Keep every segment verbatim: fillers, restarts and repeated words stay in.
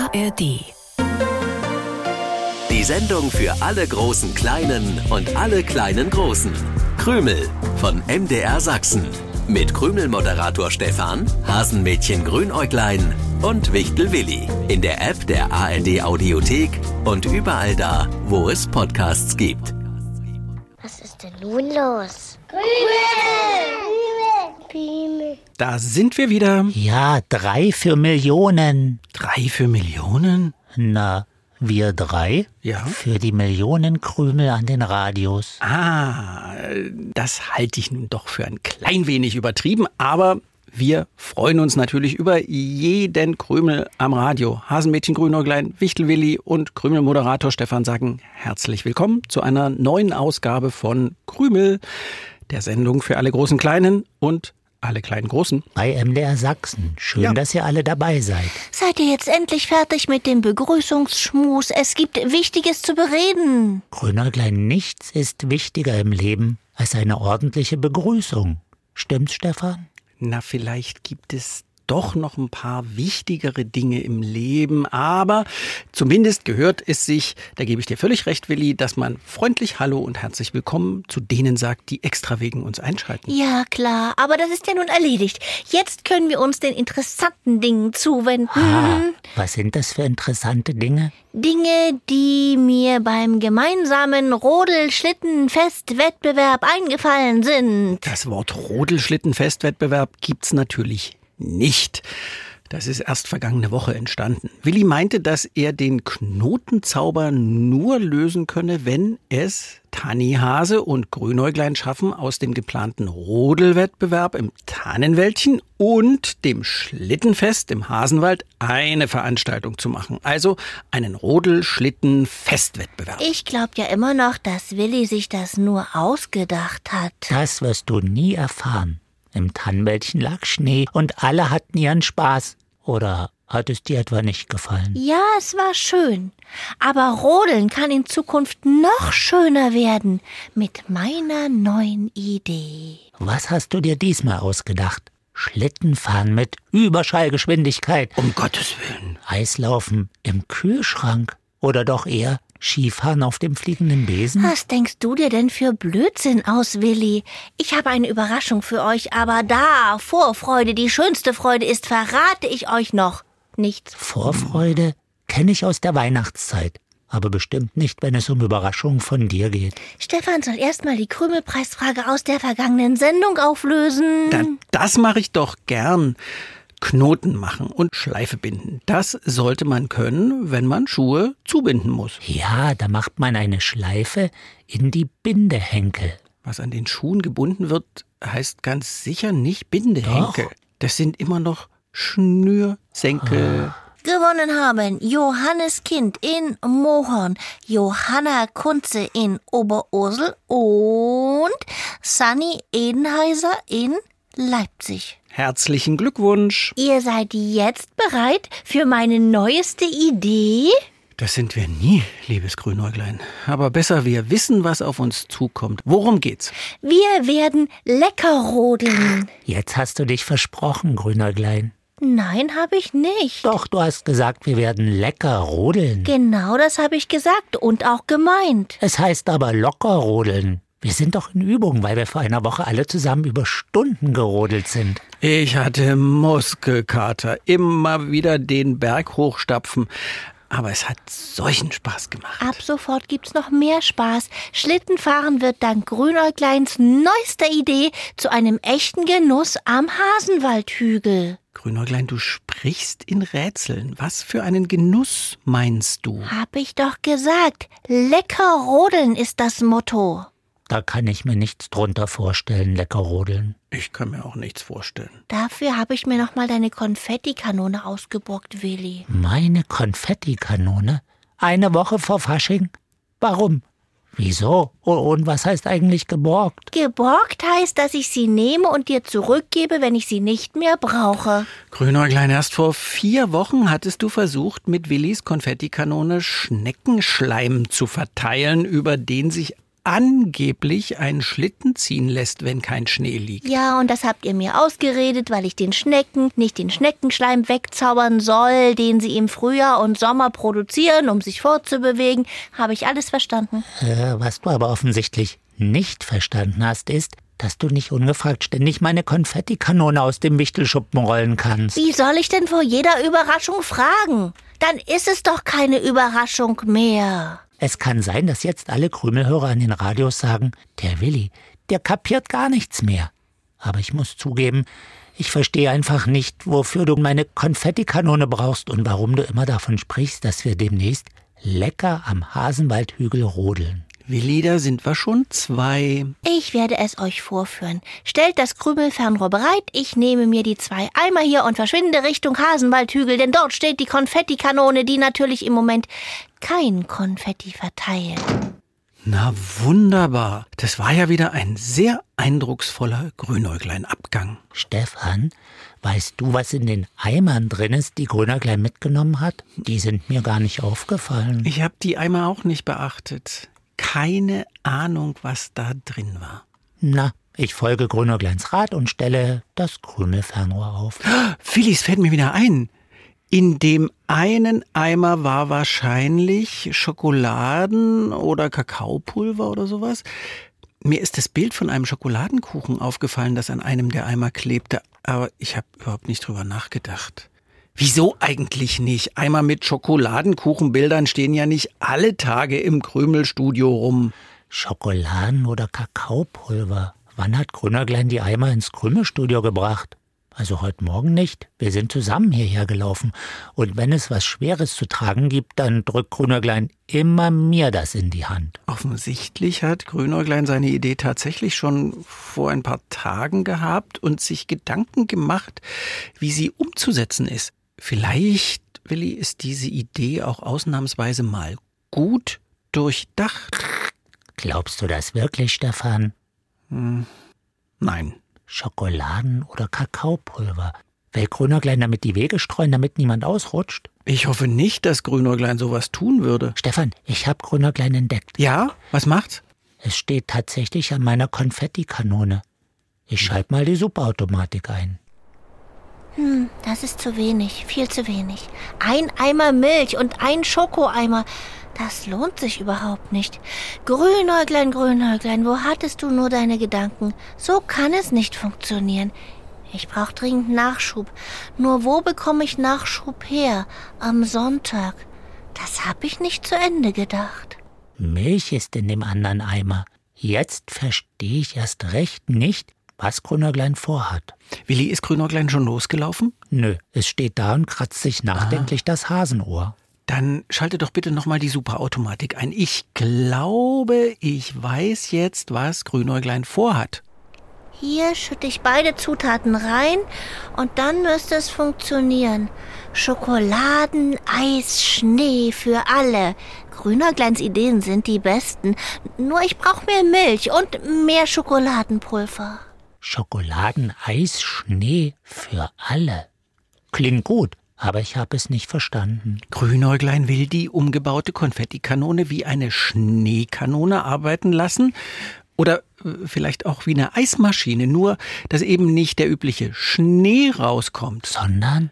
A R D. Die Sendung für alle großen Kleinen und alle kleinen Großen. Krümel von M D R Sachsen. Mit Krümel-Moderator Stefan, Hasenmädchen Grünäuglein und Wichtel Willi. In der App der A R D Audiothek und überall da, wo es Podcasts gibt. Was ist denn nun los? Krümel! Krümel! Da sind wir wieder. Ja, drei für Millionen. Drei für Millionen? Na, wir drei? Ja. Für die Millionenkrümel an den Radios. Ah, das halte ich nun doch für ein klein wenig übertrieben, aber wir freuen uns natürlich über jeden Krümel am Radio. Hasenmädchen Grünäuglein, Wichtel Willi und Krümel-Moderator Stefan sagen herzlich willkommen zu einer neuen Ausgabe von Krümel, der Sendung für alle großen Kleinen und alle kleinen Großen. Bei M D R Sachsen. Schön, Ja. dass ihr alle dabei seid. Seid ihr jetzt endlich fertig mit dem Begrüßungsschmus? Es gibt Wichtiges zu bereden. Grünäuglein, nichts ist wichtiger im Leben als eine ordentliche Begrüßung. Stimmt's, Stefan? Na, vielleicht gibt es doch noch ein paar wichtigere Dinge im Leben, aber zumindest gehört es sich, da gebe ich dir völlig recht, Willi, dass man freundlich Hallo und herzlich willkommen zu denen sagt, die extra wegen uns einschalten. Ja, klar, aber das ist ja nun erledigt. Jetzt können wir uns den interessanten Dingen zuwenden. Ah, was sind das für interessante Dinge? Dinge, die mir beim gemeinsamen Rodel-Schlitten-Fest-Wettbewerb eingefallen sind. Das Wort Rodelschlittenfestwettbewerb gibt's natürlich nicht. Das ist erst vergangene Woche entstanden. Willi meinte, dass er den Knotenzauber nur lösen könne, wenn es Tannihase und Grünäuglein schaffen, aus dem geplanten Rodelwettbewerb im Tannenwäldchen und dem Schlittenfest im Hasenwald eine Veranstaltung zu machen. Also einen Rodelschlittenfestwettbewerb. Ich glaube ja immer noch, dass Willi sich das nur ausgedacht hat. Das wirst du nie erfahren. Im Tannenwäldchen lag Schnee und alle hatten ihren Spaß. Oder hat es dir etwa nicht gefallen? Ja, es war schön. Aber Rodeln kann in Zukunft noch schöner werden. Mit meiner neuen Idee. Was hast du dir diesmal ausgedacht? Schlittenfahren mit Überschallgeschwindigkeit. Um Gottes Willen. Eislaufen im Kühlschrank. Oder doch eher Skifahren auf dem fliegenden Besen? Was denkst du dir denn für Blödsinn aus, Willi? Ich habe eine Überraschung für euch, aber da Vorfreude die schönste Freude ist, verrate ich euch noch nichts. Vorfreude kenne ich aus der Weihnachtszeit. Aber bestimmt nicht, wenn es um Überraschungen von dir geht. Stefan soll erstmal die Krümelpreisfrage aus der vergangenen Sendung auflösen. Na, das mache ich doch gern. Knoten machen und Schleife binden. Das sollte man können, wenn man Schuhe zubinden muss. Ja, da macht man eine Schleife in die Bindehenkel. Was an den Schuhen gebunden wird, heißt ganz sicher nicht Bindehenkel. Doch. Das sind immer noch Schnürsenkel. Gewonnen haben Johannes Kind in Mohorn, Johanna Kunze in Oberursel und Sunny Edenheiser in Leipzig. Herzlichen Glückwunsch. Ihr seid jetzt bereit für meine neueste Idee? Das sind wir nie, liebes Grünäuglein. Aber besser, wir wissen, was auf uns zukommt. Worum geht's? Wir werden lecker rodeln. Jetzt hast du dich versprochen, Grünäuglein. Nein, habe ich nicht. Doch, du hast gesagt, wir werden lecker rodeln. Genau das habe ich gesagt und auch gemeint. Es heißt aber locker rodeln. Wir sind doch in Übung, weil wir vor einer Woche alle zusammen über Stunden gerodelt sind. Ich hatte Muskelkater. Immer wieder den Berg hochstapfen. Aber es hat solchen Spaß gemacht. Ab sofort gibt's noch mehr Spaß. Schlittenfahren wird dank Grünäugleins neuester Idee zu einem echten Genuss am Hasenwaldhügel. Grünäuglein, du sprichst in Rätseln. Was für einen Genuss meinst du? Hab ich doch gesagt. Lecker rodeln ist das Motto. Da kann ich mir nichts drunter vorstellen, lecker rodeln. Ich kann mir auch nichts vorstellen. Dafür habe ich mir noch mal deine Konfettikanone ausgeborgt, Willi. Meine Konfettikanone? Eine Woche vor Fasching? Warum? Wieso? Und was heißt eigentlich geborgt? Geborgt heißt, dass ich sie nehme und dir zurückgebe, wenn ich sie nicht mehr brauche. Grünäuglein, erst vor vier Wochen hattest du versucht, mit Willis Konfettikanone Schneckenschleim zu verteilen, über den sich angeblich einen Schlitten ziehen lässt, wenn kein Schnee liegt. Ja, und das habt ihr mir ausgeredet, weil ich den Schnecken nicht den Schneckenschleim wegzaubern soll, den sie im Frühjahr und Sommer produzieren, um sich fortzubewegen. Habe ich alles verstanden. Äh, was du aber offensichtlich nicht verstanden hast, ist, dass du nicht ungefragt ständig meine Konfettikanone aus dem Wichtelschuppen rollen kannst. Wie soll ich denn vor jeder Überraschung fragen? Dann ist es doch keine Überraschung mehr. Es kann sein, dass jetzt alle Krümelhörer an den Radios sagen, der Willi, der kapiert gar nichts mehr. Aber ich muss zugeben, ich verstehe einfach nicht, wofür du meine Konfettikanone brauchst und warum du immer davon sprichst, dass wir demnächst lecker am Hasenwaldhügel rodeln. Willi, da sind wir schon zwei. Ich werde es euch vorführen. Stellt das Krümelfernrohr bereit, ich nehme mir die zwei Eimer hier und verschwinde Richtung Hasenwaldhügel, denn dort steht die Konfettikanone, die natürlich im Moment kein Konfetti verteilt. Na wunderbar. Das war ja wieder ein sehr eindrucksvoller Grünäuglein-Abgang. Stefan, weißt du, was in den Eimern drin ist, die Grünäuglein mitgenommen hat? Die sind mir gar nicht aufgefallen. Ich habe die Eimer auch nicht beachtet. Keine Ahnung, was da drin war. Na, ich folge Grünäugleins Rat und stelle das Krümelfernrohr auf. Willi, es fällt mir wieder ein. In dem einen Eimer war wahrscheinlich Schokoladen oder Kakaopulver oder sowas. Mir ist das Bild von einem Schokoladenkuchen aufgefallen, das an einem der Eimer klebte, aber ich habe überhaupt nicht drüber nachgedacht. Wieso eigentlich nicht? Eimer mit Schokoladenkuchenbildern stehen ja nicht alle Tage im Krümelstudio rum. Schokoladen oder Kakaopulver? Wann hat Grünäuglein die Eimer ins Krümelstudio gebracht? Also heute Morgen nicht. Wir sind zusammen hierher gelaufen. Und wenn es was Schweres zu tragen gibt, dann drückt Grünäuglein immer mir das in die Hand. Offensichtlich hat Grünäuglein seine Idee tatsächlich schon vor ein paar Tagen gehabt und sich Gedanken gemacht, wie sie umzusetzen ist. Vielleicht, Willi, ist diese Idee auch ausnahmsweise mal gut durchdacht. Glaubst du das wirklich, Stefan? Hm, nein. Schokoladen oder Kakaopulver. Will Grünäuglein damit die Wege streuen, damit niemand ausrutscht? Ich hoffe nicht, dass Grünäuglein sowas tun würde. Stefan, ich habe Grünäuglein entdeckt. Ja? Was macht's? Es steht tatsächlich an meiner Konfettikanone. Ich schalte mal die Subautomatik ein. Hm, das ist zu wenig, viel zu wenig. Ein Eimer Milch und ein Schokoeimer. Das lohnt sich überhaupt nicht. Grünäuglein, Grünäuglein, wo hattest du nur deine Gedanken? So kann es nicht funktionieren. Ich brauche dringend Nachschub. Nur wo bekomme ich Nachschub her? Am Sonntag. Das habe ich nicht zu Ende gedacht. Milch ist in dem anderen Eimer. Jetzt verstehe ich erst recht nicht, was Grünäuglein vorhat. Willi, ist Grünäuglein schon losgelaufen? Nö, es steht da und kratzt sich nachdenklich ah. das Hasenohr. Dann schalte doch bitte nochmal die Superautomatik ein. Ich glaube, ich weiß jetzt, was Grünäuglein vorhat. Hier schütte ich beide Zutaten rein und dann müsste es funktionieren. Schokoladen, Eis, Schnee für alle. Grünäugleins Ideen sind die besten. Nur ich brauche mehr Milch und mehr Schokoladenpulver. Schokoladen, Eis, Schnee für alle. Klingt gut, aber ich habe es nicht verstanden. Grünäuglein will die umgebaute Konfettikanone wie eine Schneekanone arbeiten lassen. Oder vielleicht auch wie eine Eismaschine, nur dass eben nicht der übliche Schnee rauskommt. Sondern?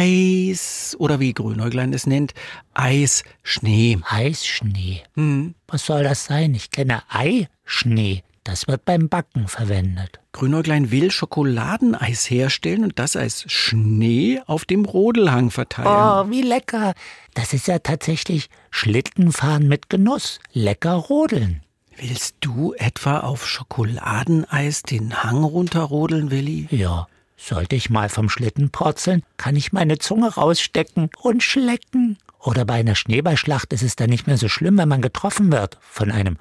Eis, oder wie Grünäuglein es nennt, Eisschnee. Eisschnee? Hm. Was soll das sein? Ich kenne Eischnee. Das wird beim Backen verwendet. Grünäuglein will Schokoladeneis herstellen und das als Schnee auf dem Rodelhang verteilen. Oh, wie lecker. Das ist ja tatsächlich Schlittenfahren mit Genuss. Lecker rodeln. Willst du etwa auf Schokoladeneis den Hang runterrodeln, Willi? Ja, sollte ich mal vom Schlitten porzeln, kann ich meine Zunge rausstecken und schlecken. Oder bei einer Schneeballschlacht ist es dann nicht mehr so schlimm, wenn man getroffen wird. Von einem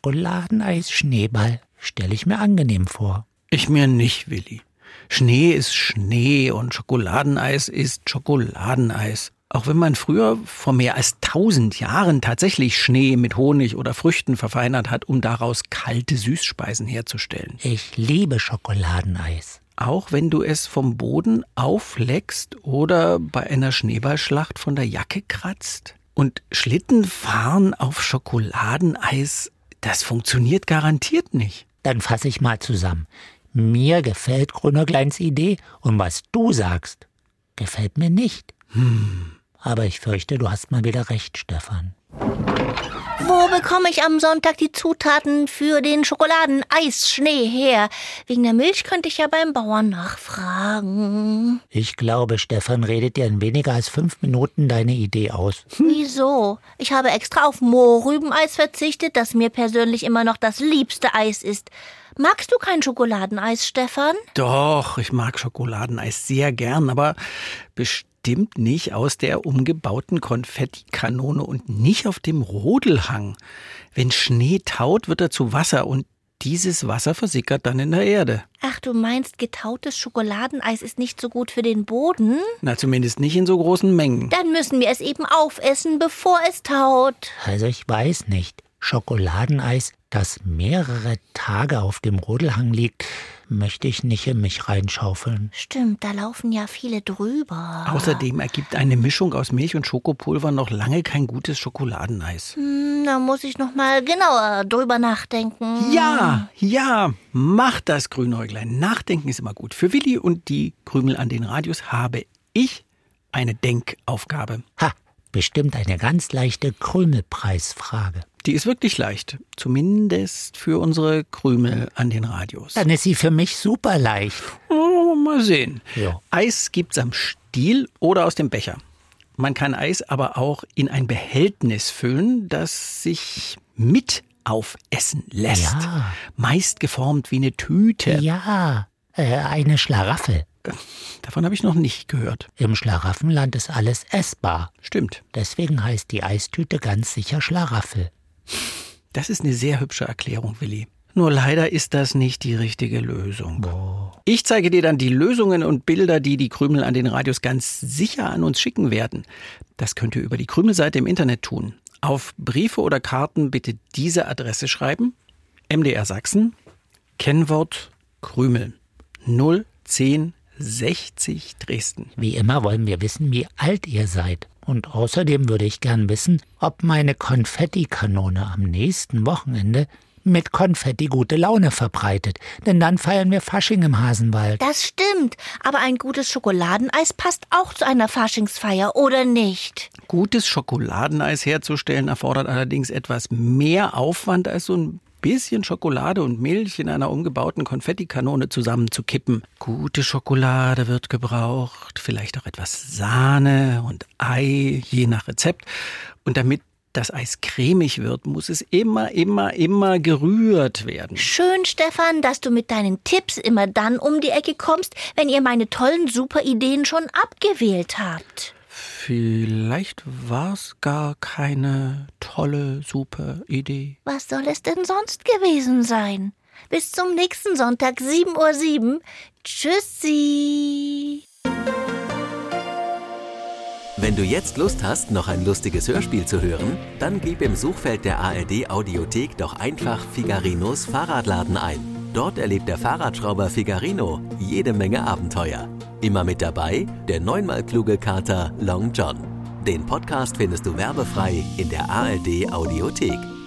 Schokoladeneis-Schneeball stelle ich mir angenehm vor. Ich mir nicht, Willi. Schnee ist Schnee und Schokoladeneis ist Schokoladeneis. Auch wenn man früher vor mehr als tausend Jahren tatsächlich Schnee mit Honig oder Früchten verfeinert hat, um daraus kalte Süßspeisen herzustellen. Ich liebe Schokoladeneis. Auch wenn du es vom Boden aufleckst oder bei einer Schneeballschlacht von der Jacke kratzt? Und Schlittenfahren auf Schokoladeneis, Das funktioniert garantiert nicht. Dann fasse ich mal zusammen. Mir gefällt Grünäugleins Idee und was du sagst, gefällt mir nicht. Hm. Aber ich fürchte, du hast mal wieder recht, Stefan. Wo bekomme ich am Sonntag die Zutaten für den Schokoladeneisschnee her? Wegen der Milch könnte ich ja beim Bauern nachfragen. Ich glaube, Stefan redet dir in weniger als fünf Minuten deine Idee aus. Wieso? Ich habe extra auf Mohrrübeneis verzichtet, das mir persönlich immer noch das liebste Eis ist. Magst du kein Schokoladeneis, Stefan? Doch, ich mag Schokoladeneis sehr gern, aber bestimmt nicht aus der umgebauten Konfettikanone und nicht auf dem Rodelhang. Wenn Schnee taut, wird er zu Wasser und dieses Wasser versickert dann in der Erde. Ach, du meinst, getautes Schokoladeneis ist nicht so gut für den Boden? Na, zumindest nicht in so großen Mengen. Dann müssen wir es eben aufessen, bevor es taut. Also ich weiß nicht. Schokoladeneis, das mehrere Tage auf dem Rodelhang liegt, möchte ich nicht in mich reinschaufeln. Stimmt, da laufen ja viele drüber. Außerdem ergibt eine Mischung aus Milch und Schokopulver noch lange kein gutes Schokoladeneis. Hm, da muss ich noch mal genauer drüber nachdenken. Ja, ja, mach das, Grünäuglein. Nachdenken ist immer gut. Für Willi und die Krümel an den Radios habe ich eine Denkaufgabe. Ha, bestimmt eine ganz leichte Krümelpreisfrage. Die ist wirklich leicht, zumindest für unsere Krümel an den Radios. Dann ist sie für mich super leicht. Oh, mal sehen. Ja. Eis gibt's am Stiel oder aus dem Becher. Man kann Eis aber auch in ein Behältnis füllen, das sich mit aufessen lässt. Ja. Meist geformt wie eine Tüte. Ja, äh, eine Schlaraffel. Davon habe ich noch nicht gehört. Im Schlaraffenland ist alles essbar. Stimmt. Deswegen heißt die Eistüte ganz sicher Schlaraffel. Das ist eine sehr hübsche Erklärung, Willi. Nur leider ist das nicht die richtige Lösung. Oh. Ich zeige dir dann die Lösungen und Bilder, die die Krümel an den Radios ganz sicher an uns schicken werden. Das könnt ihr über die Krümelseite im Internet tun. Auf Briefe oder Karten bitte diese Adresse schreiben. M D R Sachsen, Kennwort Krümel, null zehn sechzig Dresden. Wie immer wollen wir wissen, wie alt ihr seid. Und außerdem würde ich gern wissen, ob meine Konfettikanone am nächsten Wochenende mit Konfetti gute Laune verbreitet. Denn dann feiern wir Fasching im Hasenwald. Das stimmt, aber ein gutes Schokoladeneis passt auch zu einer Faschingsfeier, oder nicht? Gutes Schokoladeneis herzustellen erfordert allerdings etwas mehr Aufwand als so ein bisschen Schokolade und Milch in einer umgebauten Konfettikanone zusammenzukippen. Gute Schokolade wird gebraucht, vielleicht auch etwas Sahne und Ei, je nach Rezept. Und damit das Eis cremig wird, muss es immer, immer, immer gerührt werden. Schön, Stefan, dass du mit deinen Tipps immer dann um die Ecke kommst, wenn ihr meine tollen Superideen schon abgewählt habt. Vielleicht war es gar keine tolle, super Idee. Was soll es denn sonst gewesen sein? Bis zum nächsten Sonntag, sieben Uhr sieben. Tschüssi! Wenn du jetzt Lust hast, noch ein lustiges Hörspiel zu hören, dann gib im Suchfeld der A R D-Audiothek doch einfach Figarinos Fahrradladen ein. Dort erlebt der Fahrradschrauber Figarino jede Menge Abenteuer. Immer mit dabei der neunmal kluge Kater Long John. Den Podcast findest du werbefrei in der A R D-Audiothek.